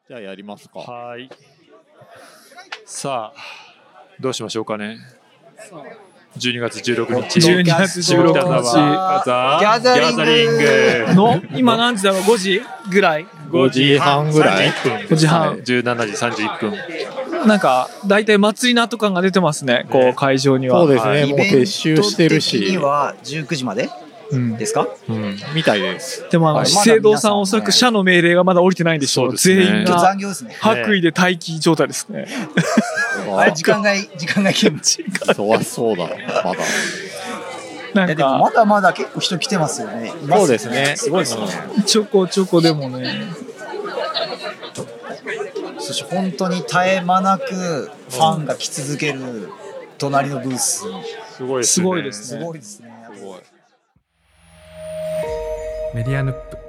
じゃあやりますか。 はい。さあどうしましょうかね。12月16日 12月16日ザ・ギャザリングの今何時だろう、5時ぐらい、 5時半ぐらい、 5時半、 17時31分。 なんか大体祭りの後感が出てますね、こう会場には。 そうですね、もう撤収してるし。 イベント的には19時までですか？ みたいです。 でも資生堂さんおそらく社の命令がまだ降りてないんでしょう。全員が残業ですね。 白衣で待機状態ですね。 あれ時間外勤務。 そうだ、まだ。 なんかまだまだ結構人来てますよね。 そうですね。 すごいですね。 ちょこちょこでもね。 そして本当に絶え間なくファンが来続ける隣のブース。 すごいですね。 すごいですね。 すごいですね。 メディアヌップ。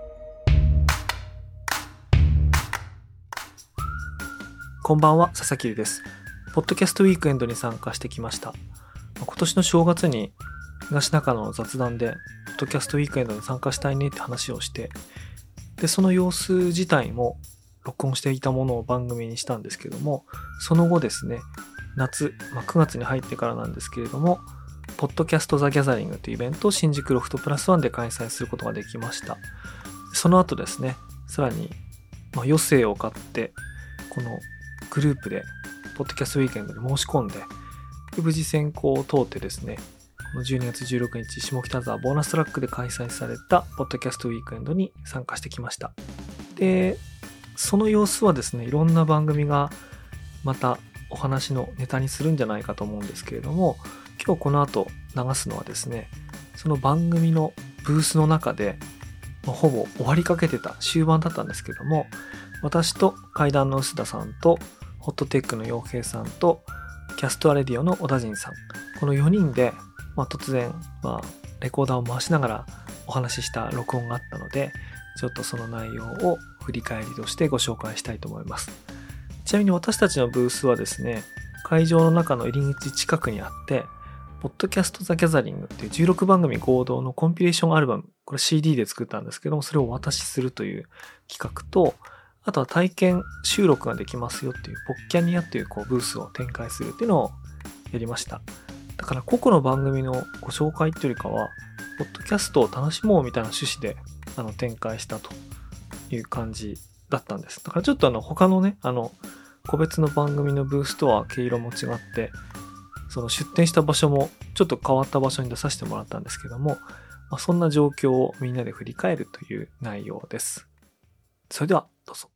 こんばんは、佐々木です。ポッドキャストウィークエンドに参加してきました。今年の正月に東中野の雑談でポッドキャストウィークエンドに参加したいねって話をして、でその様子自体も録音していたものを番組にしたんですけども、その後ですね、夏、9月に入ってからなんですけれども、ポッドキャストザ・ギャザリングというイベントを新宿ロフトプラスワンで開催することができました。その後ですね、さらに、余生を買ってこのグループでポッドキャストウィークエンドに申し込んで、無事選考を通ってですね、この12月16日下北沢ボーナストラックで開催されたポッドキャストウィークエンドに参加してきました。でその様子はですね、いろんな番組がまたお話のネタにするんじゃないかと思うんですけれども、今日この後流すのはですね、その番組のブースの中で、ほぼ終わりかけてた終盤だったんですけども、私と怪談の臼田さんとホットテックの陽平さんとキャストアレディオの小田陣さん、この4人で、突然、レコーダーを回しながらお話しした録音があったので、ちょっとその内容を振り返りとしてご紹介したいと思います。ちなみに私たちのブースはですね、会場の中の入り口近くにあって、ポッドキャストザ・ギャザリングっていう16番組合同のコンピレーションアルバム、これ CD で作ったんですけども、それをお渡しするという企画と、あとは体験収録ができますよっていうポッキャニアっていうブースを展開するっていうのをやりました。だから個々の番組のご紹介というよりかは、ポッドキャストを楽しもうみたいな趣旨で展開したという感じだったんです。だからちょっと他のね、個別の番組のブースとは毛色も違って、その出展した場所もちょっと変わった場所に出させてもらったんですけども、そんな状況をみんなで振り返るという内容です。それではどうぞ。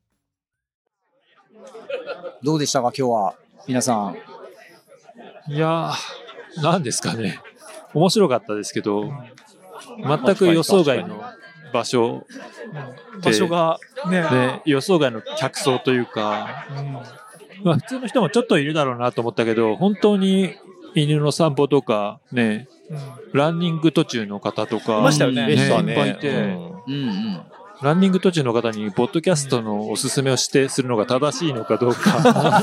どうでしたか今日は皆さん。 いやー、何ですかね、面白かったですけど、全く予想外の場所がね、 予想外の客層というか、普通の人もちょっといるだろうなと思ったけど、本当に犬の散歩とかね、ランニング途中の方とかいましたよね。 いっぱいいて、ランニング途中の方にポッドキャストのおすすめをするのが正しいのかどうか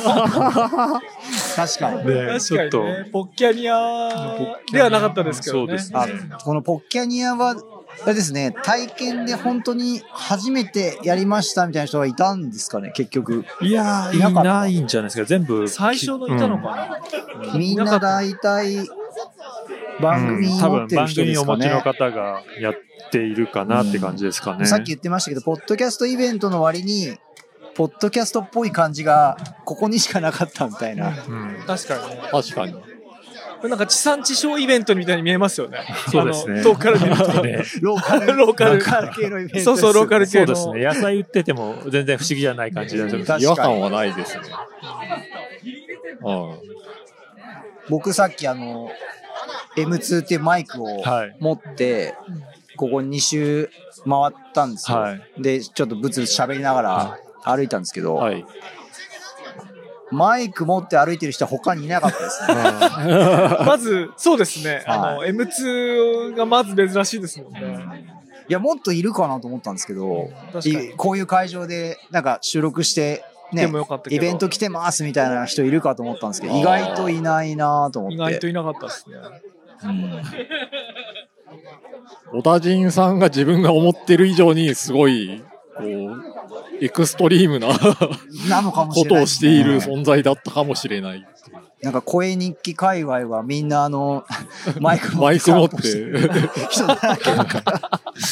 確かにね、ちょっとポッキャニアではなかったですけどね。 そうですね。 このポッキャニアはあれですね、体験で本当に初めてやりましたみたいな人がいたんですかね、結局。 いやー、いないんじゃないですか。全部最初のいたのかな、 みんな大体番組持ってる人ですかね。 多分番組をお持ちの方がやっているかなって感じですかね。 さっき言ってましたけど、ポッドキャストイベントの割にポッドキャストっぽい感じがここにしかなかったみたいな。 確かにね。 確かに。 これなんか地産地消イベントみたいに見えますよね。 そうですね。 遠くから見るとね、 ローカル系のイベント。 そうローカル系の。 そうですね。野菜売ってても全然不思議じゃない感じで、 違和感はないですね。 僕さっきM2 っていうマイクを持って、ここ2周回ったんですよ。でちょっとブツブツ喋りながら歩いたんですけど、マイク持って歩いてる人は他にいなかったですね。 まずそうですね、M2 がまず珍しいですもんね。 いやもっといるかなと思ったんですけど、こういう会場でなんか収録してね、イベント来てますみたいな人いるかと思ったんですけど、意外といないなと思って。 意外といなかったですね。 小田陣さんが自分が思ってる以上にすごいエクストリームななのかもしことれないをしている存在だったかもしれない。 なんか声日記界隈はみんなマイクマイク持って人だらけだから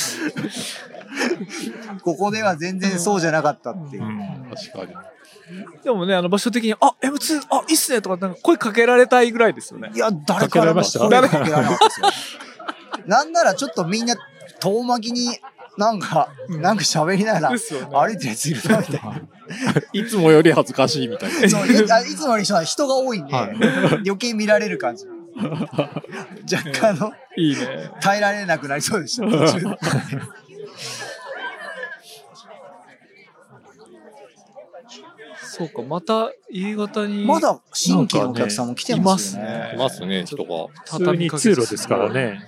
ここでは全然そうじゃなかったっていう、 確かに。 でもね、場所的に、M2、いいっすねとか、なんか声かけられたいぐらいですよね。 いや、誰からも声かけられなかったですよ。なんならちょっとみんな遠巻きになんか喋りながら歩いてるやついるなみたいな。 いつもより恥ずかしいみたいな。 そういつもより人が多いんで、余計見られる感じ。若干いいね。 耐えられなくなりそうでした。途中でそうか、また夕方に。 まだ新規のお客さんも来てますよね。 いますね、人が。 普通に通路ですからね。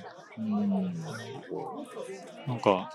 なんか。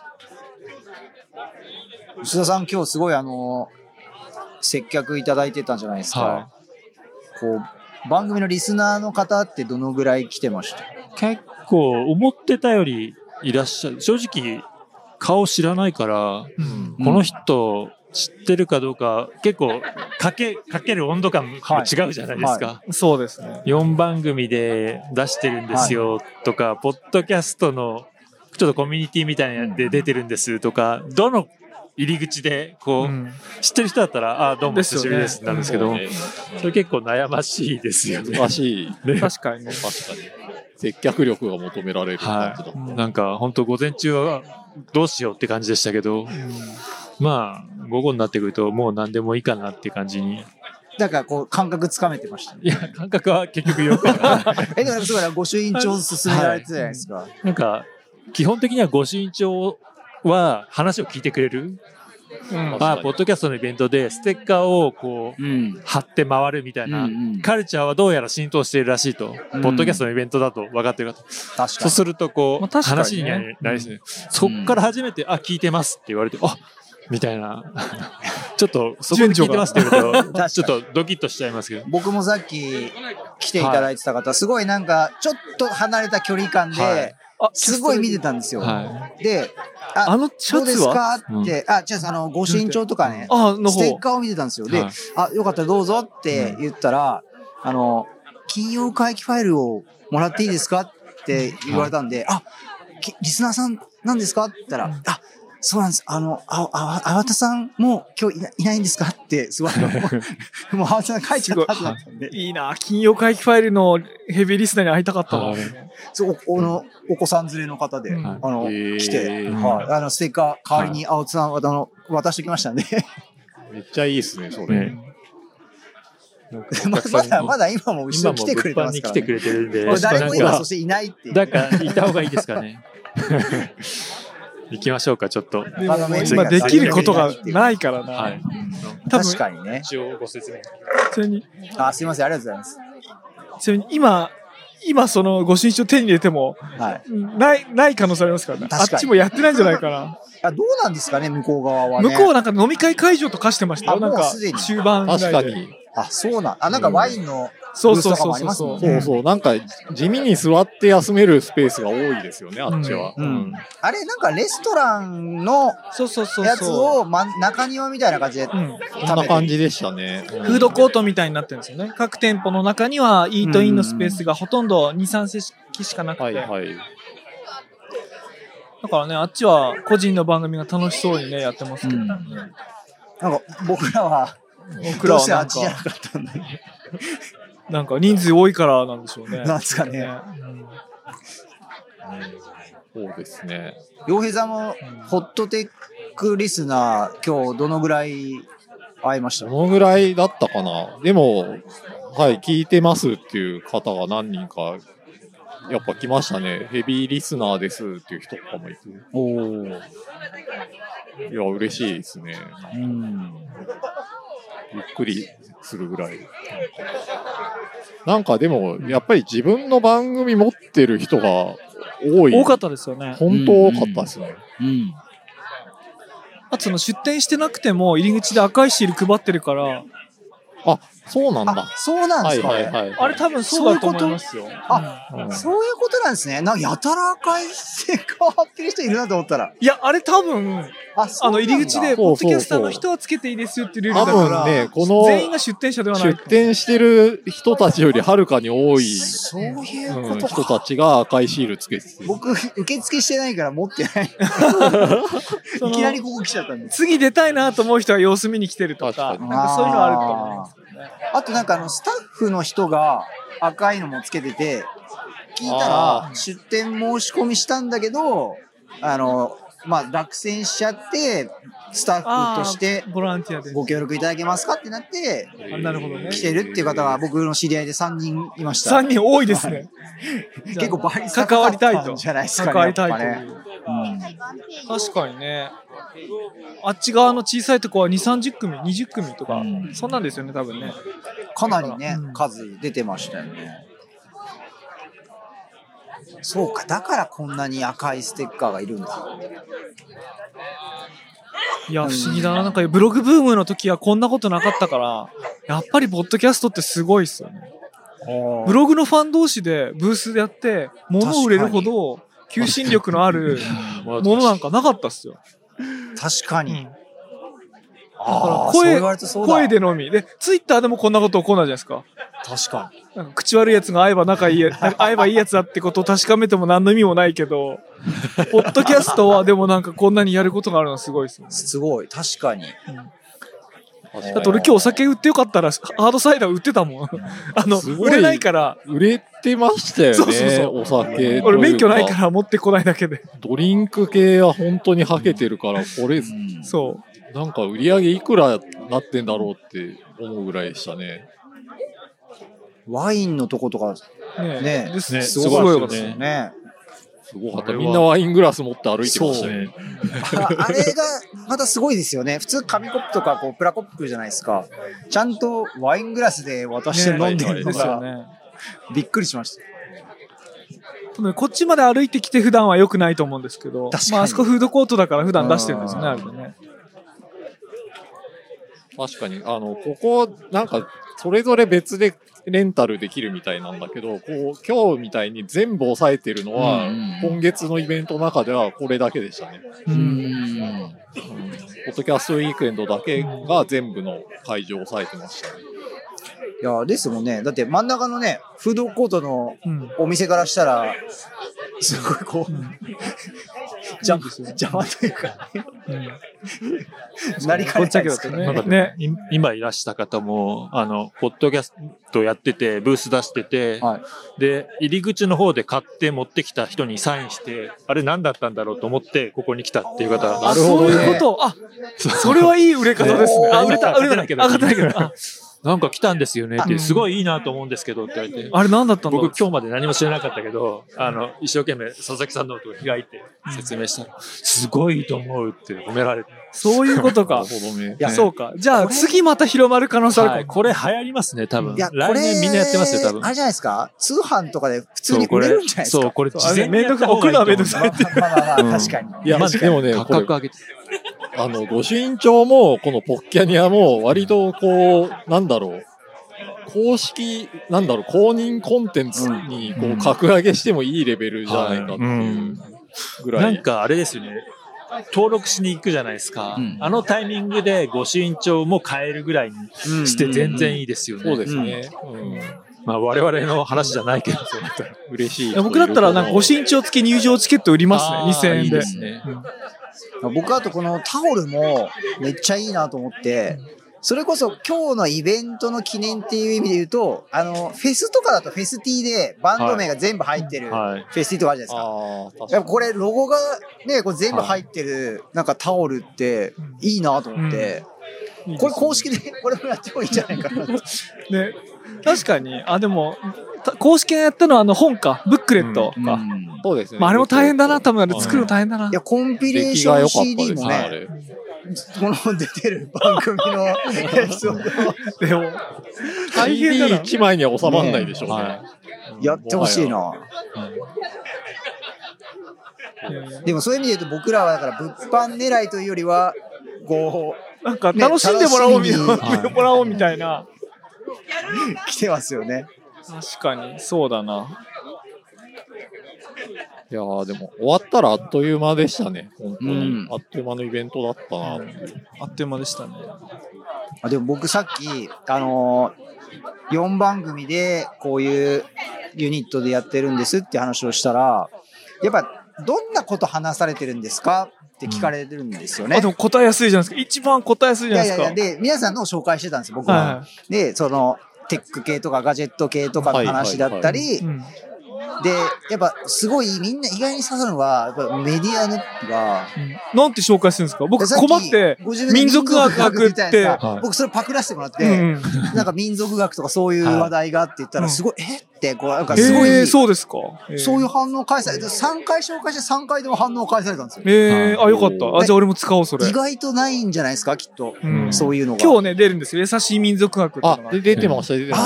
牛田さん今日すごい接客いただいてたんじゃないですか。はい、こう、番組のリスナーの方ってどのぐらい来てました？ 結構思ってたよりいらっしゃる。正直顔知らないから、この人、知ってるかどうか結構かける温度感も違うじゃないですか、 そうですね。 4番組で出してるんですよとか、ポッドキャストのちょっとコミュニティみたいなので出てるんですとか、どの入り口でこう、知ってる人だったらどうも久しぶりですなんですけど、それ結構悩ましいですよね。 難しい、ね、 確かにね。 確かに接客力が求められる感じだ、 なんか本当午前中はどうしようって感じでしたけど、まあ午後になってくるともう何でもいいかなっていう感じに。 だからこう感覚つかめてました、ね。 いや感覚は結局よくわからない。 だからすごい御朱印帳進められてたじゃないですか。 なんか基本的には御朱印帳は話を聞いてくれる。ポッドキャストのイベントでステッカーをこう、貼って回るみたいな、カルチャーはどうやら浸透しているらしいと、ポッドキャストのイベントだと分かってる方、そうするとこう、話になりですね、そっから初めて聞いてますって言われてみたいなちょっとそこで聞いてますって言うとちょっとドキッとしちゃいますけど、 僕もさっき来ていただいてた方、すごいなんかちょっと離れた距離感で、すごい見てたんですよ。で、どうですかって、御朱印帳とかね、ステッカーを見てたんですよ。で、よかったらどうぞって言ったら、金曜会期ファイルをもらっていいですかって言われたんで、リスナーさんなんですかって言ったら、そうなんです。あわたさんも今日いないんですかって、すごい、もうあわたさん書いちゃったはずだったんで。 いいな、金曜会期ファイルのヘビーリスナーに会いたかったな。 そう、お子さん連れの方で、来て、ステッカー代わりに青津さん渡してきましたんで。 めっちゃいいですね、それ。 まだ今も後ろ来てくれてますから、ね。 来てくれてるんで。 誰も今そしていないっていう。 だからいた方がいいですかね。行きましょうか、ちょっと。 今できることがないからな。 確かにね。 一応ご説明。 それに。 すいません、ありがとうございます。 それに今その御朱印帳手に入れても、ない可能性ありますからね。あっちもやってないんじゃないかな。 どうなんですかね、向こう側はね。 向こうなんか飲み会会場と化してましたよ。なんか中盤ぐらいで。 確かに。 そうなんかワインのブースとかもありますもんね。 そう、なんか地味に座って休めるスペースが多いですよね、あっちは。 あれ、なんかレストランのやつを中庭みたいな感じで、 こんな感じでしたね。 フードコートみたいになってるんですよね。各店舗の中にはイートインのスペースがほとんど2、3席しかなくて。だからね、あっちは個人の番組が楽しそうにね、やってますけど。なんか僕らはどうしてあっちじゃなかったんだね。 なんか人数多いからなんでしょうね。 なんですかね。 そうですね。 洋平さんもホットテックリスナー今日どのぐらい会いました？ どのぐらいだったかな。でも聞いてますっていう方が何人かやっぱ来ましたね。ヘビーリスナーですっていう人とかもいて。いや嬉しいですね。ゆっくりするぐらい。なんかでもやっぱり自分の番組持ってる人が多かったですよね。 本当多かったですね。 あと出店してなくても入り口で赤いシール配ってるから、 あ、そうなんだ。 そうなんですか、 はいはいはい。 あれ多分そうだと思いますよ。 そういうことなんですね。なんかやたら赤いステッカー貼ってる人いるなと思ったら。 いや、あれ多分、入り口で、ポッドキャスターの人はつけていいですよっていうルールだから、 多分ね、この全員が出店者ではない。 出店してる人たちよりはるかに多い、 そういうこと人たちが赤いシールつけてて。 僕、受付してないから持ってない。いきなりここ来ちゃったんで。 次出たいなと思う人は様子見に来てるとか、なんかそういうのはあると思いますけどね。 あとなんかスタッフの人が赤いのもつけてて、聞いたら出店申し込みしたんだけど、落選しちゃって、スタッフとしてボランティアでご協力いただけますかってなって、 なるほどね。 来てるっていう方が僕の知り合いで3人いました。 3人多いですね。 結構倍差関わりたいと。 じゃないですかね。 関わりたいという。確かにね。あっち側の小さいとこは2、30組、20組とか、そんなんですよね、多分ね。 かなりね、数出てましたよね。そうか、だからこんなに赤いステッカーがいるんだ。 いや、不思議だな。なんかブログブームの時はこんなことなかったから、やっぱりポッドキャストってすごいっすよね。ブログのファン同士でブースでやって、物を売れるほど求心力のあるものなんかなかったっすよ。 確かに。 だから声でのみ。で、ツイッターでもこんなこと起こんないじゃないですか。 確かに。 なんか口悪いやつが会えば会えばいいやつだってことを確かめても何の意味もないけど、ポッドキャストはでもなんかこんなにやることがあるのはすごいですよね。 すごい、確かに。 だって俺今日お酒売ってよかったらハードサイダー売ってたもん。売れないから。 売れてましたよね、お酒。 俺免許ないから持ってこないだけで。 ドリンク系は本当にはけてるから、これ、 そう。 なんか売り上げいくらなってんだろうって思うぐらいでしたね。 ワインのとことか、ね、 すごいですよね。 すごかった。みんなワイングラス持って歩いてましたね。 あれがまたすごいですよね。普通紙コップとかプラコップじゃないですか。ちゃんとワイングラスで渡して飲んでるのがびっくりしました。 こっちまで歩いてきて普段は良くないと思うんですけど、あそこフードコートだから普段出してるんですよね、あれでね。 確かに、ここ、なんか、それぞれ別でレンタルできるみたいなんだけど、今日みたいに全部押さえてるのは、今月のイベントの中ではこれだけでしたね。ポッドキャストウィークエンドだけが全部の会場を押さえてましたね。 いや、ですもんね。だって真ん中のね、フードコートのお店からしたら、すごいこう、邪魔というか、なりかねないですからね。今いらした方も、ポッドキャストやってて、ブース出してて、で、入り口の方で買って持ってきた人にサインして、あれ何だったんだろうと思って、ここに来たっていう方。 なるほどね。そういうこと。それはいい売れ方ですね。売れたけど。上がったけど。 なんか来たんですよねって、すごいいいなと思うんですけどって言われて。 あれ何だったんだろう。 僕今日まで何も知らなかったけど、一生懸命佐々木さんのことを開いて説明したら、すごいいいと思うって褒められて。 そういうことか。いや、そうか。じゃあ次また広まる可能性あるかも。 これ流行りますね、多分。来年みんなやってますよ、多分。 あれじゃないですか、通販とかで普通に売れるんじゃないですか。 そう、これ事前にやった方がいいと思う。 送るのはめんどくさいって。 まあ、確かに。 いや、でもね、 価格上げて。 御朱印帳も、このポッキャニアも、割とこう、なんだろう。公式、公認コンテンツに格上げしてもいいレベルじゃないかっていうぐらい。 なんかあれですよね。登録しに行くじゃないですか。あのタイミングで御朱印帳も買えるぐらいにして全然いいですよね。 そうですね。 まあ我々の話じゃないけど、そうだったら嬉しい。 僕だったらなんか御朱印帳付き入場チケット売りますね。2000円で。いいですね。 僕あとこのタオルもめっちゃいいなと思って、それこそ今日のイベントの記念っていう意味で言うと、フェスとかだとフェス T でバンド名が全部入ってるフェス T とかあるじゃないですか。やっぱこれロゴがね、これ全部入ってるなんかタオルっていいなと思って、これ公式でこれもやってもいいんじゃないかなと。ね、 確かに。でも、公式がやったのは本か、ブックレットか。 そうですね。 あれも大変だな、多分作るの大変だな。 いや、コンピレーション CD もね、この出てる番組のエピソード。 でも、大変だな。 CD1 枚には収まんないでしょうね。 やってほしいな。でもそういう意味で言うと僕らはだから物販狙いというよりは、こう、 なんか楽しんでもらおうみたいな。 来てますよね。 確かにそうだな。 いやーでも終わったらあっという間でしたね。本当に、あっという間のイベントだったなっていう。 あっという間でしたね。 でも僕さっき4番組でこういうユニットでやってるんですって話をしたら、やっぱどんなこと話されてるんですかって聞かれてるんですよね。 でも答えやすいじゃないですか。一番答えやすいじゃないですか。 で、皆さんのを紹介してたんですよ、僕は。で、その、テック系とかガジェット系とかの話だったり、で、やっぱすごいみんな意外に刺さるのは、やっぱメディアが、 なんて紹介してるんですか？僕困って、民族学って、 僕それパクらせてもらって、なんか民族学とかそういう話題がって言ったら、すごい、ってこうなんかすごい、 そうですか。 そういう反応返されて、3回紹介して3回でも反応返されたんですよ。 あ、よかった。じゃあ俺も使おう、それ。 意外とないんじゃないですか、きっと。そういうのが。 今日ね、出るんですよ。優しい民族学ってのが。 出てました、出てました。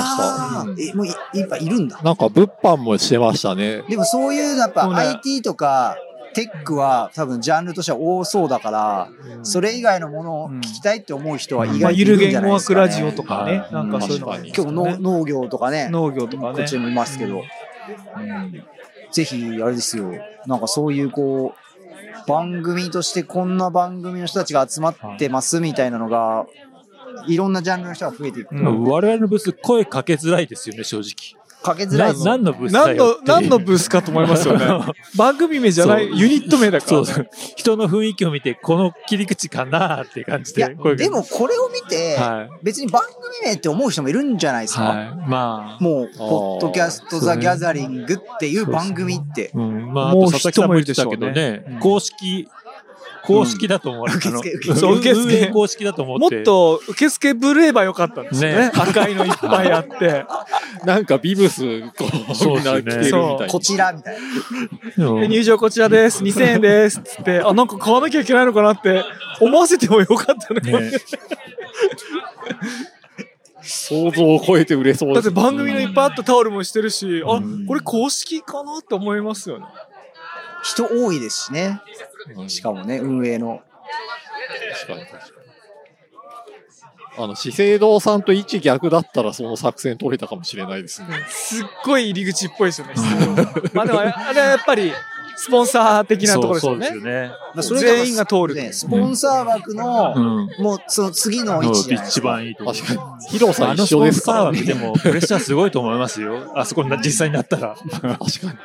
もういっぱいいるんだ。 なんか物販もしてましたね。 でもそういうやっぱ IT とか、テックは多分ジャンルとしては多そうだから、それ以外のものを聞きたいって思う人は意外といるんじゃないですかね。 ゆる言語学ラジオとかね。なんかそういうの。 今日農業とかね。 農業とかね。 こっちもいますけど。ぜひ、あれですよ。なんかそういうこう、番組としてこんな番組の人たちが集まってますみたいなのが、いろんなジャンルの人が増えていく。 我々のブース、声かけづらいですよね、正直。 かけづらいです。 何のブースだよっていう。 何のブースかと思いますよね。番組名じゃない、ユニット名だから。 そう。人の雰囲気を見て、この切り口かなっていう感じで。 でもこれを見て、別に番組名って思う人もいるんじゃないですか。 まあ。 もう、ポッドキャストザ・ギャザリングっていう番組って。 まあ、あと佐々木さんも言ってたけどね、公式だと思われたの。受付公式だと思って。 もっと受付ブルーばよかったんですね。赤いのいっぱいあって。 なんかビブス、こう、みんな着てるみたいな。 こちらみたいな。 入場こちらです。2000円です。つって、なんか買わなきゃいけないのかなって思わせてもよかったね。 想像を超えて売れそうです。だって番組のいっぱいあったタオルもしてるし、これ公式かなって思いますよね。 人多いですしね。しかもね、運営の。 確かに。資生堂さんと位置逆だったらその作戦取れたかもしれないですね。 すっごい入り口っぽいですよね。まあでもあれはやっぱりスポンサー的なところですよね。そうですよね。 それ全員が通る。スポンサー枠の、もうその次の位置じゃないですか。 一番いいところ。 確かに。広さ一緒ですからね。 でもプレッシャーすごいと思いますよ。あそこに実際になったら。 確かに。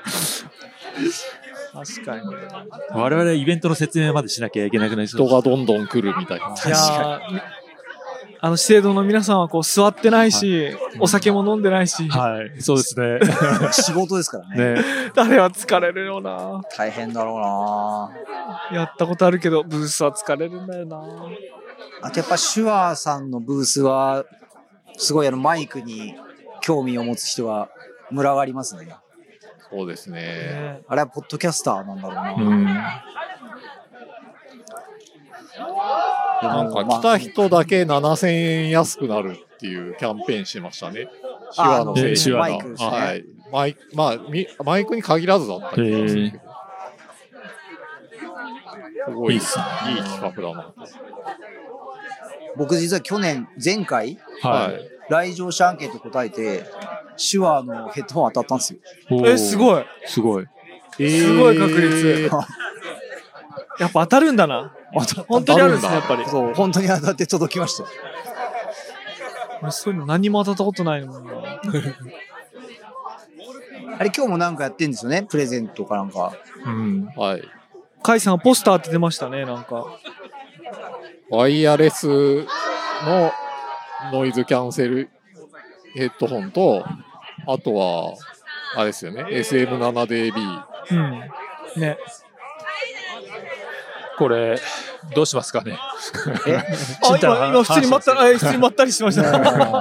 確かに。 我々イベントの説明までしなきゃいけなくなりそう。 人がどんどん来るみたいな。 確かに。資生堂の皆さんはこう座ってないし、お酒も飲んでないし。 はい、そうですね。 仕事ですからね。 誰は疲れるよな。 大変だろうな。 やったことあるけど、ブースは疲れるんだよな。 あとやっぱシュワーさんのブースは、すごいマイクに興味を持つ人は群がりますね。 そうですね。 あれはポッドキャスターなんだろうな。 なんか来た人だけ7000円安くなるっていうキャンペーンしましたね。手話の製品マイクですね。 はい。マイクに限らずだったりとかするけど。すごいいい企画だな。 僕実は前回、来場者アンケート答えて、手話のヘッドホン当たったんですよ。 すごい。 すごい。 すごい確率。やっぱ当たるんだな。本当にあるんですね、やっぱり。 そう、本当に当たって届きました。 そういうの何も当たったことないもんな。 あれ今日もなんかやってんですよね、プレゼントかなんか。 はい。 甲斐さんがポスターって出ましたね、なんか。 ワイヤレスのノイズキャンセルヘッドホンと、あとは、あれですよね、SM7DB。 ね。 これ、どうしますかね。 今普通にまったりしました。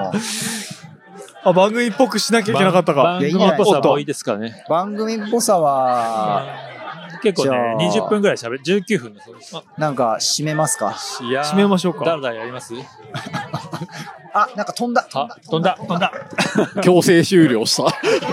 番組っぽくしなきゃいけなかったか。 番組っぽさもいいですかね。 番組っぽさは、 結構ね、20分ぐらい19分だそうです。 なんか、締めますか。 締めましょうか。 誰やりますなんか飛んだ。 強制終了した。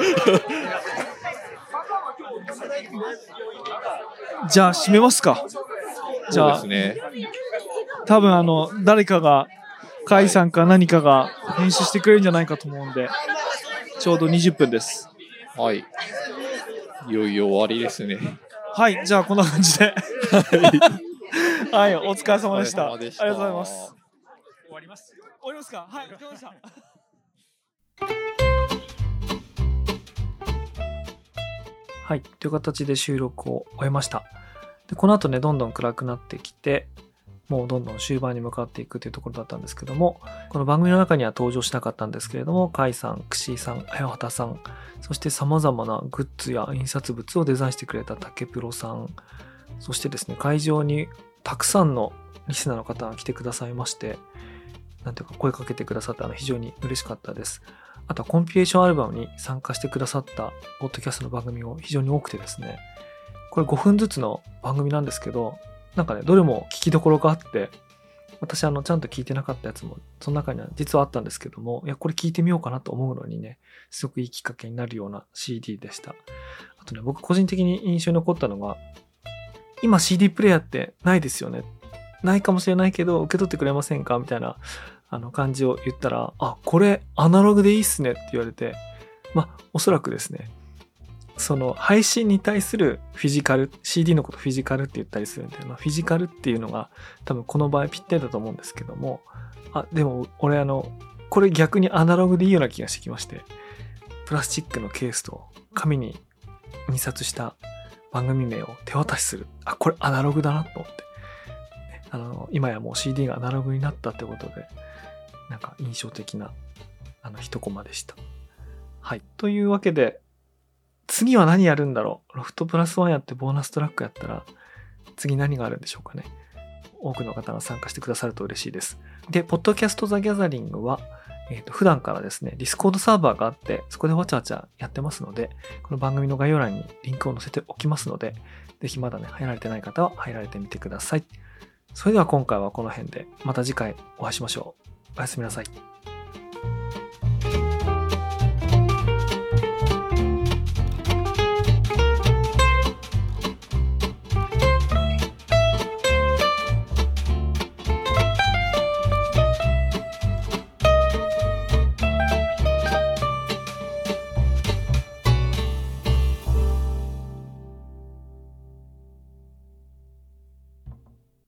じゃあ、締めますか。じゃあ、多分誰かが甲斐さんか何かが編集してくれるんじゃないかと思うんで、ちょうど20分です。 はい。いよいよ終わりですね。 はい、じゃあこんな感じで。はい、お疲れ様でした。ありがとうございます。終わります。終わりますか。はい、わかりました。はい、という形で収録を終えました。で、この後ね、どんどん暗くなってきて、もうどんどん終盤に向かっていくというところだったんですけども、この番組の中には登場しなかったんですけれども、甲斐さん、串井さん、早畑さん、そして様々なグッズや印刷物をデザインしてくれた竹プロさん、そしてですね、会場にたくさんのリスナーの方が来てくださいまして、なんていうか声かけてくださったのは非常に嬉しかったです。あとはコンピレーションアルバムに参加してくださったポッドキャストの番組も非常に多くてですね、これ5分ずつの番組なんですけど、なんかね、どれも聞きどころがあって、私ちゃんと聞いてなかったやつもその中には実はあったんですけども、いや、これ聞いてみようかなと思うのにね、すごくいいきっかけになるような CD でした。あとね、僕個人的に印象に残ったのが、今 CD プレイヤーってないですよね。ないかもしれないけど、受け取ってくれませんかみたいな感じを言ったら、あ、これアナログでいいっすねって言われて、おそらくですね、その配信に対するフィジカル、CD のことフィジカルって言ったりするんで、フィジカルっていうのが多分この場合ぴったりだと思うんですけども、でも俺これ逆にアナログでいいような気がしてきまして、プラスチックのケースと紙に印刷した番組名を手渡しする。これアナログだなと思って。今やもう CD がアナログになったってことで、なんか印象的な一コマでした。はい。というわけで、次は何やるんだろう。ロフトプラスワンやってボーナストラックやったら、次何があるんでしょうかね。多くの方が参加してくださると嬉しいです。で、ポッドキャストザギャザリングは、普段からですね、ディスコードサーバーがあって、そこでわちゃわちゃやってますので、この番組の概要欄にリンクを載せておきますので、ぜひまだね、入られてない方は入られてみてください。それでは今回はこの辺で、また次回お会いしましょう。おやすみなさい。